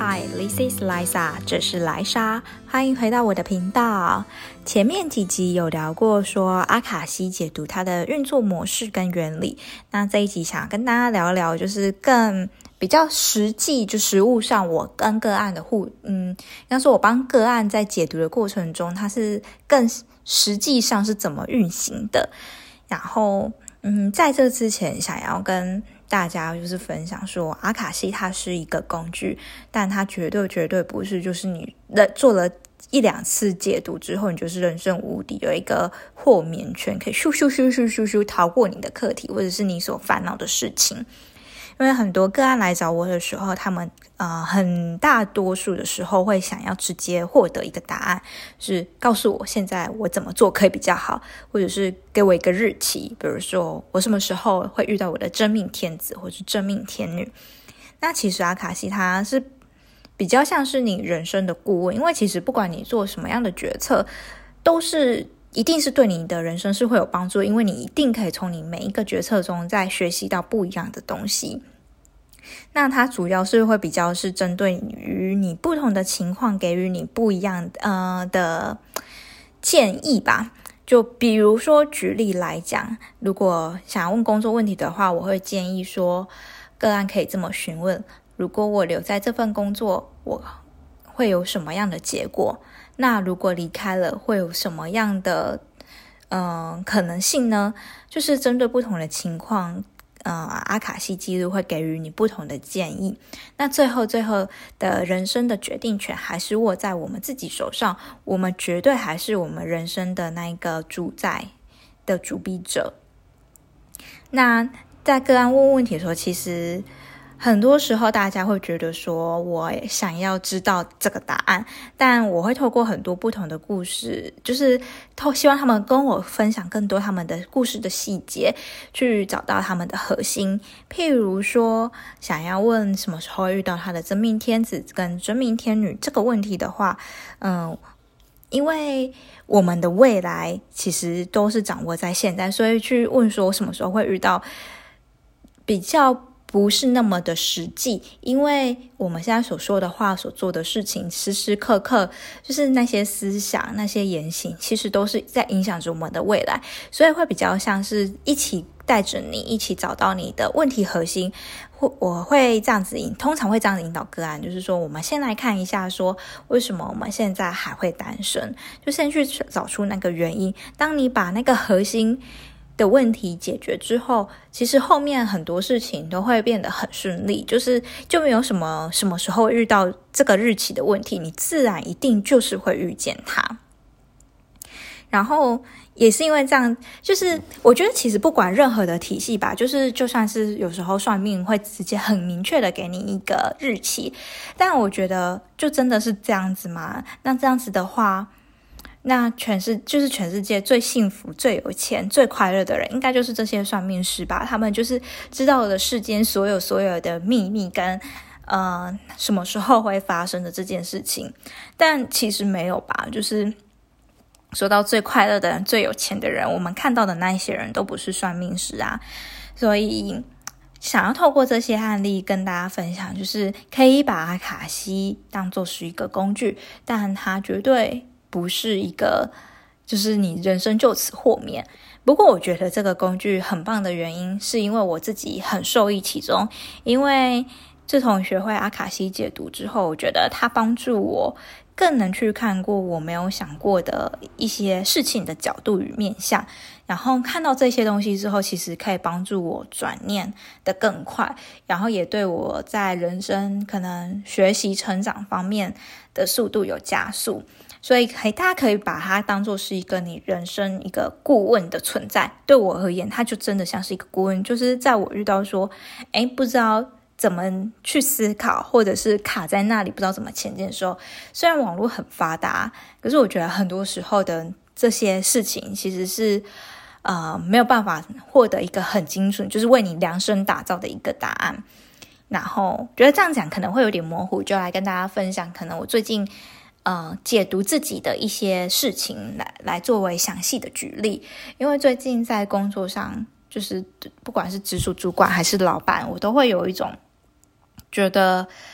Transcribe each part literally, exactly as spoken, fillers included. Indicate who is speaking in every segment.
Speaker 1: Hi, this is Liza， 这是莱莎，欢迎回到我的频道。前面几集有聊过说阿卡西解读它的运作模式跟原理，那这一集想跟大家聊聊就是更比较实际，就实务上我跟个案的互嗯，应该说我帮个案在解读的过程中，它是更实际上是怎么运行的。然后嗯，在这之前想要跟大家就是分享说，阿卡西它是一个工具，但它绝对绝对不是就是你做了一两次解读之后你就是人生无敌，有一个豁免权可以咻咻咻咻咻咻逃过你的课题或者是你所烦恼的事情。因为很多个案来找我的时候，他们呃很大多数的时候会想要直接获得一个答案，是告诉我现在我怎么做可以比较好，或者是给我一个日期，比如说我什么时候会遇到我的真命天子或是真命天女。那其实阿卡西它是比较像是你人生的顾问，因为其实不管你做什么样的决策，都是一定是对你的人生是会有帮助，因为你一定可以从你每一个决策中再学习到不一样的东西。那它主要是会比较是针对于你不同的情况给予你不一样呃的建议吧。就比如说举例来讲，如果想要问工作问题的话，我会建议说个案可以这么询问：如果我留在这份工作，我会有什么样的结果？那如果离开了，会有什么样的嗯、呃、可能性呢？就是针对不同的情况，呃，阿卡西记录会给予你不同的建议。那最后最后的人生的决定权还是握在我们自己手上，我们绝对还是我们人生的那一个主宰的主笔者。那在个案问问题的时候，其实很多时候大家会觉得说我想要知道这个答案，但我会透过很多不同的故事，就是透希望他们跟我分享更多他们的故事的细节，去找到他们的核心。譬如说想要问什么时候遇到他的真命天子跟真命天女这个问题的话，嗯，因为我们的未来其实都是掌握在现在，所以去问说什么时候会遇到比较不是那么的实际，因为我们现在所说的话所做的事情时时刻刻就是那些思想那些言行其实都是在影响着我们的未来，所以会比较像是一起带着你一起找到你的问题核心。我会这样子引通常会这样子引导个案，就是说我们先来看一下说为什么我们现在还会单身，就先去找出那个原因。当你把那个核心的问题解决之后，其实后面很多事情都会变得很顺利，就是就没有什么什么时候遇到这个日期的问题，你自然一定就是会遇见它。然后也是因为这样，就是我觉得其实不管任何的体系吧，就是就算是有时候算命会直接很明确的给你一个日期，但我觉得就真的是这样子吗？那这样子的话，那全是就是全世界最幸福最有钱最快乐的人应该就是这些算命师吧，他们就是知道了世间所有所有的秘密跟呃什么时候会发生的这件事情。但其实没有吧，就是说到最快乐的人最有钱的人，我们看到的那一些人都不是算命师啊。所以想要透过这些案例跟大家分享，就是可以把阿卡西当作是一个工具，但它绝对不是一个就是你人生就此豁免。不过我觉得这个工具很棒的原因是因为我自己很受益其中，因为自从学会阿卡西解读之后，我觉得它帮助我更能去看过我没有想过的一些事情的角度与面向，然后看到这些东西之后，其实可以帮助我转念的更快，然后也对我在人生可能学习成长方面的速度有加速。所以可以大家可以把它当作是一个你人生一个顾问的存在，对我而言它就真的像是一个顾问，就是在我遇到说诶不知道怎么去思考，或者是卡在那里不知道怎么前进的时候，虽然网络很发达，可是我觉得很多时候的这些事情其实是呃没有办法获得一个很精准就是为你量身打造的一个答案。然后觉得这样讲可能会有点模糊，就来跟大家分享可能我最近呃解读自己的一些事情来来作为详细的举例。因为最近在工作上，就是不管是直属主管还是老板，我都会有一种觉得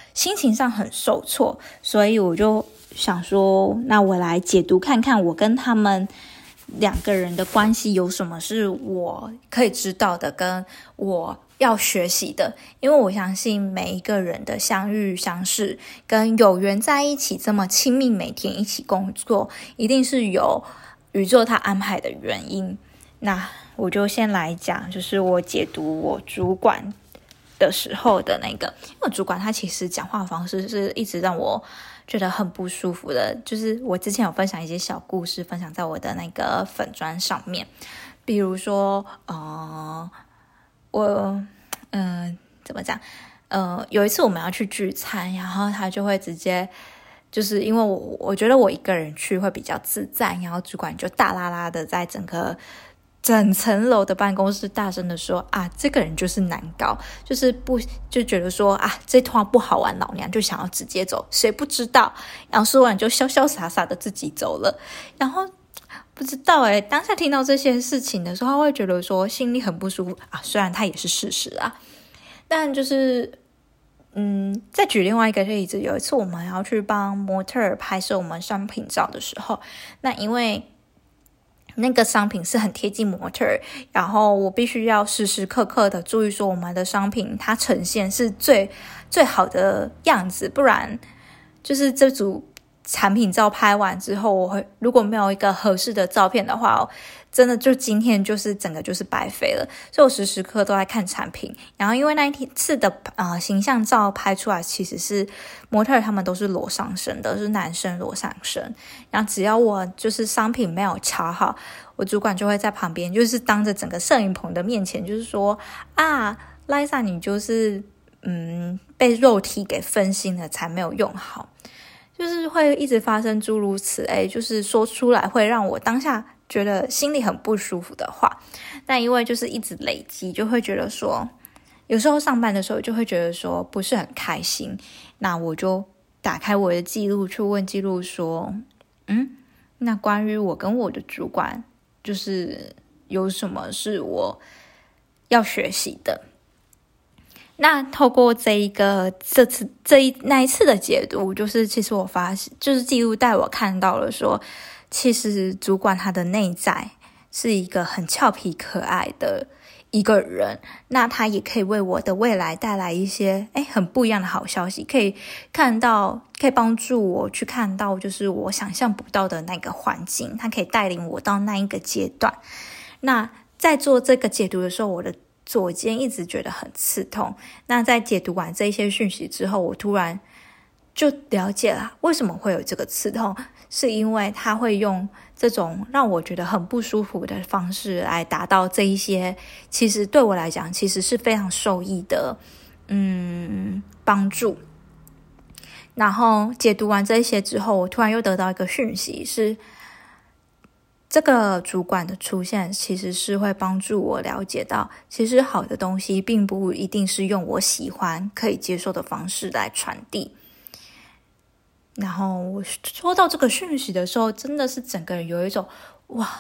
Speaker 1: 心情上很受挫，所以我就想说，那我来解读看看我跟他们两个人的关系有什么是我可以知道的，跟我要学习的。因为我相信每一个人的相遇相识跟有缘在一起这么亲密，每天一起工作，一定是有宇宙他安排的原因。那我就先来讲，就是我解读我主管的时候的那个，因为我主管他其实讲话方式是一直让我觉得很不舒服的，就是我之前有分享一些小故事，分享在我的那个粉专上面，比如说呃，我嗯、呃、怎么讲呃，有一次我们要去聚餐，然后他就会直接就是因为我我觉得我一个人去会比较自在，然后主管就大啦啦的在整个整层楼的办公室大声的说啊，这个人就是难搞，就是不就觉得说啊，这团不好玩，老娘就想要直接走，谁不知道？然后说完就潇潇洒洒的自己走了。然后不知道诶，当下听到这些事情的时候，会觉得说心里很不舒服啊。虽然它也是事实啊，但就是嗯，再举另外一个例子，有一次我们要去帮模特儿拍摄我们商品照的时候，那因为那个商品是很贴近模特儿，然后我必须要时时刻刻的注意说我们的商品它呈现是最最好的样子，不然就是这组产品照拍完之后，我会如果没有一个合适的照片的话，真的就今天就是整个就是白费了。所以我时时刻都在看产品，然后因为那一次的呃形象照拍出来其实是模特儿他们都是裸上身的，是男生裸上身，然后只要我就是商品没有瞧好，我主管就会在旁边就是当着整个摄影棚的面前就是说啊 Liza 你就是嗯被肉体给分心了才没有用好，就是会一直发生诸如此类，就是说出来会让我当下觉得心里很不舒服的话。但因为就是一直累积，就会觉得说有时候上班的时候就会觉得说不是很开心，那我就打开我的记录去问记录说嗯，那关于我跟我的主管就是有什么是我要学习的。那透过这一个这次这一那一次的解读，就是其实我发现就是记录带我看到了说，其实主管他的内在是一个很俏皮可爱的一个人，那他也可以为我的未来带来一些诶很不一样的好消息，可以看到可以帮助我去看到就是我想象不到的那个环境，他可以带领我到那一个阶段。那在做这个解读的时候，我的左肩一直觉得很刺痛，那在解读完这一些讯息之后，我突然就了解了为什么会有这个刺痛，是因为他会用这种让我觉得很不舒服的方式来达到这一些其实对我来讲其实是非常受益的嗯帮助。然后解读完这一些之后，我突然又得到一个讯息，是这个主管的出现其实是会帮助我了解到，其实好的东西并不一定是用我喜欢可以接受的方式来传递。然后我收到这个讯息的时候，真的是整个人有一种哇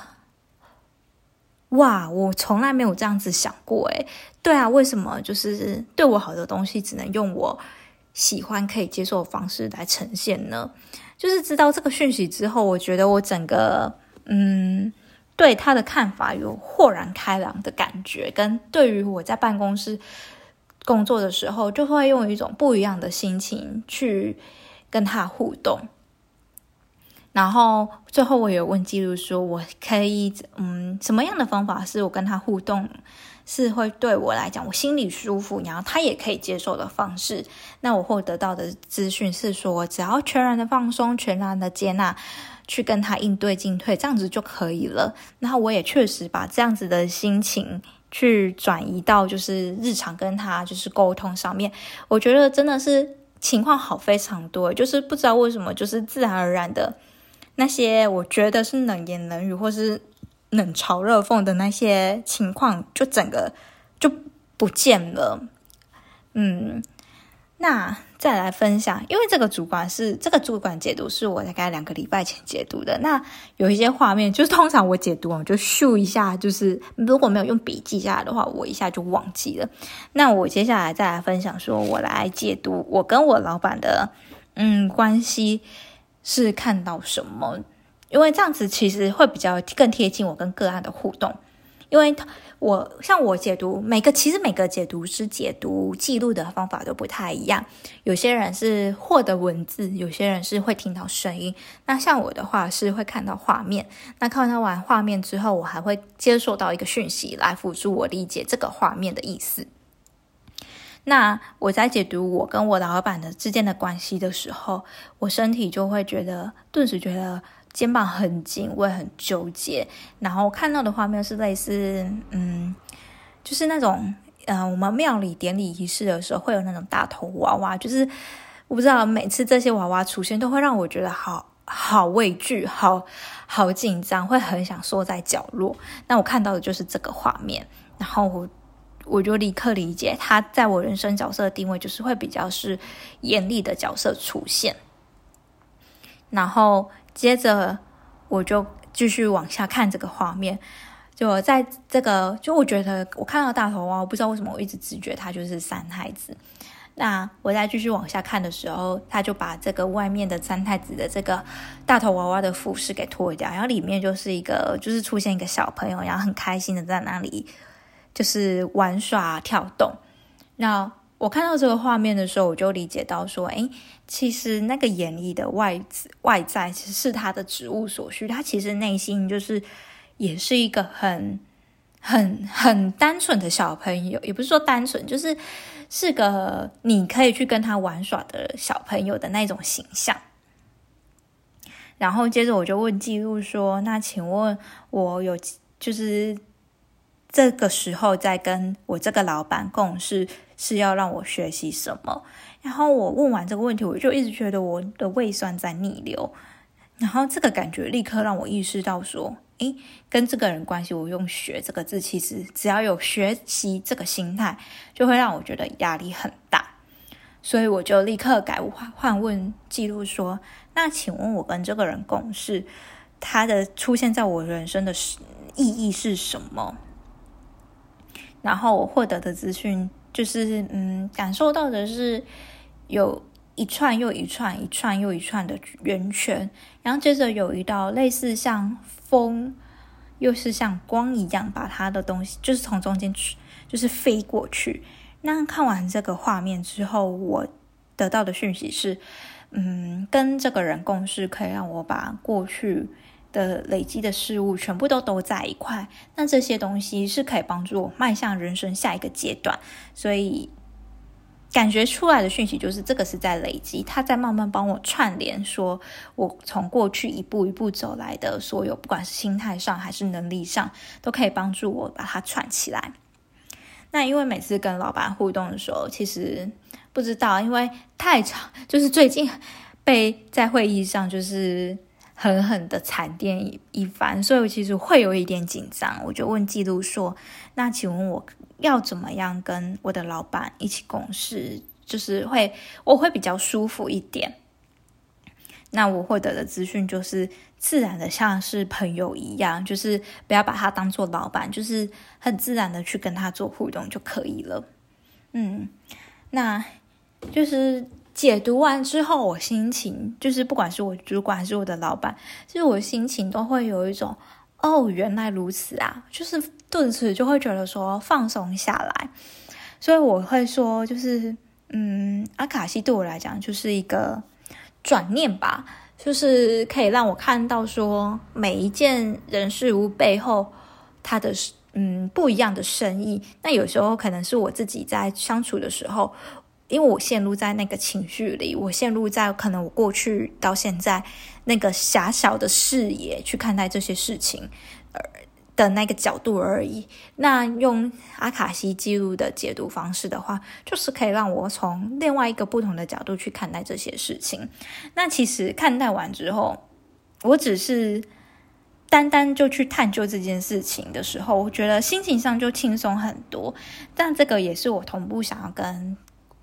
Speaker 1: 哇我从来没有这样子想过诶，对啊，为什么就是对我好的东西只能用我喜欢可以接受的方式来呈现呢？就是知道这个讯息之后，我觉得我整个嗯，对他的看法有豁然开朗的感觉，跟对于我在办公室工作的时候，就会用一种不一样的心情去跟他互动。然后最后我有问记录说，我可以嗯什么样的方法是我跟他互动是会对我来讲我心里舒服，然后他也可以接受的方式。那我获得到的资讯是说，只要全然的放松，全然的接纳，去跟他应对进退，这样子就可以了。然后我也确实把这样子的心情去转移到就是日常跟他就是沟通上面，我觉得真的是情况好非常多，就是不知道为什么就是自然而然的那些我觉得是冷言冷语或是冷嘲热讽的那些情况就整个就不见了。嗯， 那再来分享，因为这个主管是这个主管解读是我大概两个礼拜前解读的，那有一些画面就是通常我解读我就咻一下，就是如果没有用笔记下来的话，我一下就忘记了。那我接下来再来分享说我来解读我跟我老板的嗯关系是看到什么，因为这样子其实会比较更贴近我跟个案的互动。因为我像我解读每个其实每个解读师解读记录的方法都不太一样，有些人是获得文字，有些人是会听到声音，那像我的话是会看到画面，那看到完画面之后，我还会接受到一个讯息来辅助我理解这个画面的意思。那我在解读我跟我老板的之间的关系的时候，我身体就会觉得顿时觉得肩膀很紧，我也很纠结，然后看到的画面是类似嗯，就是那种呃，我们庙里典礼仪式的时候会有那种大头娃娃，就是我不知道每次这些娃娃出现都会让我觉得好好畏惧，好好紧张，会很想缩在角落。那我看到的就是这个画面，然后我我就立刻理解他在我人生角色的定位就是会比较是严厉的角色出现。然后接着我就继续往下看这个画面，就在这个就我觉得我看到大头娃娃，我不知道为什么我一直直觉他就是三太子。那我再继续往下看的时候，他就把这个外面的三太子的这个大头娃娃的服饰给脱掉，然后里面就是一个就是出现一个小朋友，然后很开心的在那里就是玩耍跳动。那我看到这个画面的时候，我就理解到说，诶，其实那个严厉的外外在其实是他的职务所需，他其实内心就是也是一个很很很单纯的小朋友，也不是说单纯，就是是个你可以去跟他玩耍的小朋友的那种形象。然后接着我就问记录说，那请问我有就是这个时候在跟我这个老板共事是要让我学习什么？然后我问完这个问题，我就一直觉得我的胃酸在逆流，然后这个感觉立刻让我意识到说，诶，跟这个人关系，我用学这个字，其实只要有学习这个心态，就会让我觉得压力很大。所以我就立刻改换问记录说，那请问我跟这个人共事，他的出现在我人生的意义是什么？然后我获得的资讯就是嗯，感受到的是有一串又一串一串又一串的圆圈，然后接着有一道类似像风又是像光一样把它的东西就是从中间就是飞过去。那看完这个画面之后，我得到的讯息是嗯，跟这个人共事可以让我把过去的累积的事物全部都都在一块，那这些东西是可以帮助我迈向人生下一个阶段。所以感觉出来的讯息就是这个是在累积，他在慢慢帮我串联，说我从过去一步一步走来的所有，不管是心态上还是能力上，都可以帮助我把它串起来。那因为每次跟老板互动的时候，其实不知道，因为太长，就是最近被在会议上就是狠狠的惨电一一番，所以我其实会有一点紧张。我就问记录说，那请问我要怎么样跟我的老板一起共事，就是会我会比较舒服一点。那我获得的资讯就是自然的像是朋友一样，就是不要把他当做老板，就是很自然的去跟他做互动就可以了。嗯，那就是解读完之后，我心情就是不管是我主管还是我的老板，其实我心情都会有一种哦原来如此啊，就是顿时就会觉得说放松下来。所以我会说就是嗯，阿卡西对我来讲就是一个转念吧，就是可以让我看到说每一件人事物背后它的嗯不一样的深意。那有时候可能是我自己在相处的时候，因为我陷入在那个情绪里，我陷入在可能我过去到现在那个狭小的视野去看待这些事情的那个角度而已。那用阿卡西记录的解读方式的话，就是可以让我从另外一个不同的角度去看待这些事情。那其实看待完之后，我只是单单就去探究这件事情的时候，我觉得心情上就轻松很多。但这个也是我同步想要跟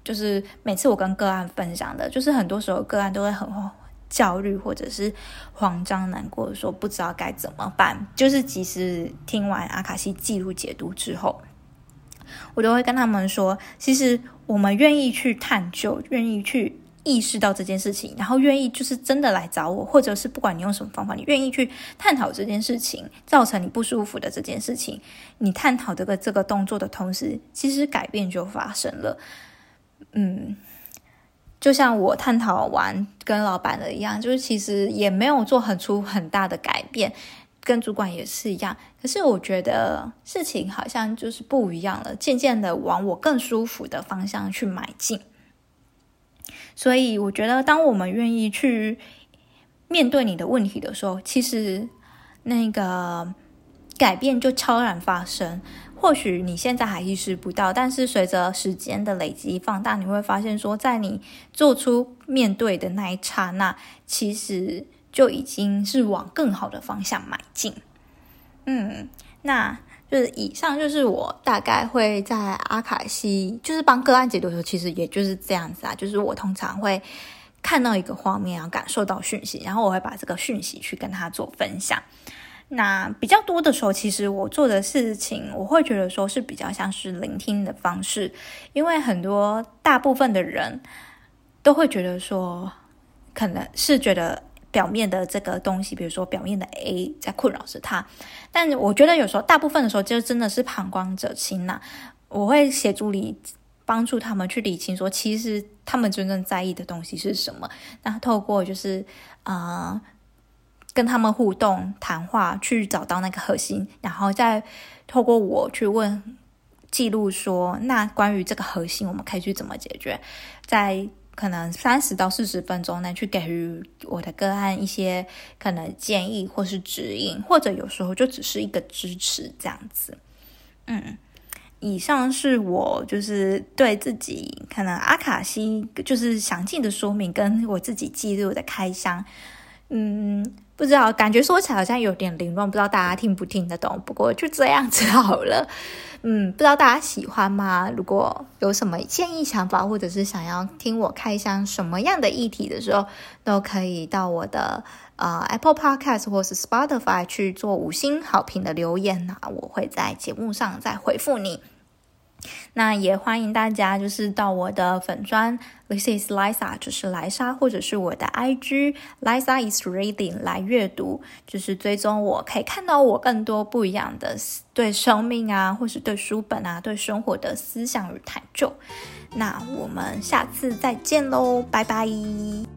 Speaker 1: 就是每次我跟个案分享的，就是很多时候个案都会很焦虑或者是慌张难过，说不知道该怎么办。就是即使听完阿卡西记录解读之后，我都会跟他们说，其实我们愿意去探究，愿意去意识到这件事情，然后愿意就是真的来找我，或者是不管你用什么方法，你愿意去探讨这件事情造成你不舒服的这件事情，你探讨这个这个动作的同时，其实改变就发生了。嗯，就像我探讨完跟老板的一样，就是其实也没有做很出很大的改变，跟主管也是一样，可是我觉得事情好像就是不一样了，渐渐的往我更舒服的方向去迈进。所以我觉得当我们愿意去面对你的问题的时候，其实那个改变就悄然发生。或许你现在还意识不到，但是随着时间的累积放大，你会发现说，在你做出面对的那一刹那，其实就已经是往更好的方向迈进。嗯，那就是以上就是我大概会在阿卡西就是帮个案解读的时候，其实也就是这样子啊，就是我通常会看到一个画面，然后感受到讯息，然后我会把这个讯息去跟他做分享。那比较多的时候，其实我做的事情，我会觉得说是比较像是聆听的方式，因为很多大部分的人都会觉得说，可能是觉得表面的这个东西，比如说表面的 A 在困扰着他，但我觉得有时候大部分的时候就真的是旁观者清啊，我会协助你帮助他们去理清说，其实他们真正在意的东西是什么。那透过就是呃跟他们互动谈话，去找到那个核心，然后再透过我去问记录说，那关于这个核心我们可以去怎么解决，在可能三十到四十分钟内去给予我的个案一些可能建议或是指引，或者有时候就只是一个支持这样子。嗯，以上是我就是对自己可能阿卡西就是详尽的说明跟我自己记录的开箱。嗯，不知道，感觉说起来好像有点凌乱，不知道大家听不听得懂，不过就这样子好了。嗯，不知道大家喜欢吗？如果有什么建议想法，或者是想要听我开箱什么样的议题的时候，都可以到我的呃 Apple Podcast 或是 Spotify 去做五星好评的留言，那我会在节目上再回复你。那也欢迎大家就是到我的粉专 This is Liza 就是莱莎，或者是我的 I G Liza is reading 来阅读，就是追踪我，可以看到我更多不一样的对生命啊，或是对书本啊，对生活的思想与探究。那我们下次再见咯，拜拜。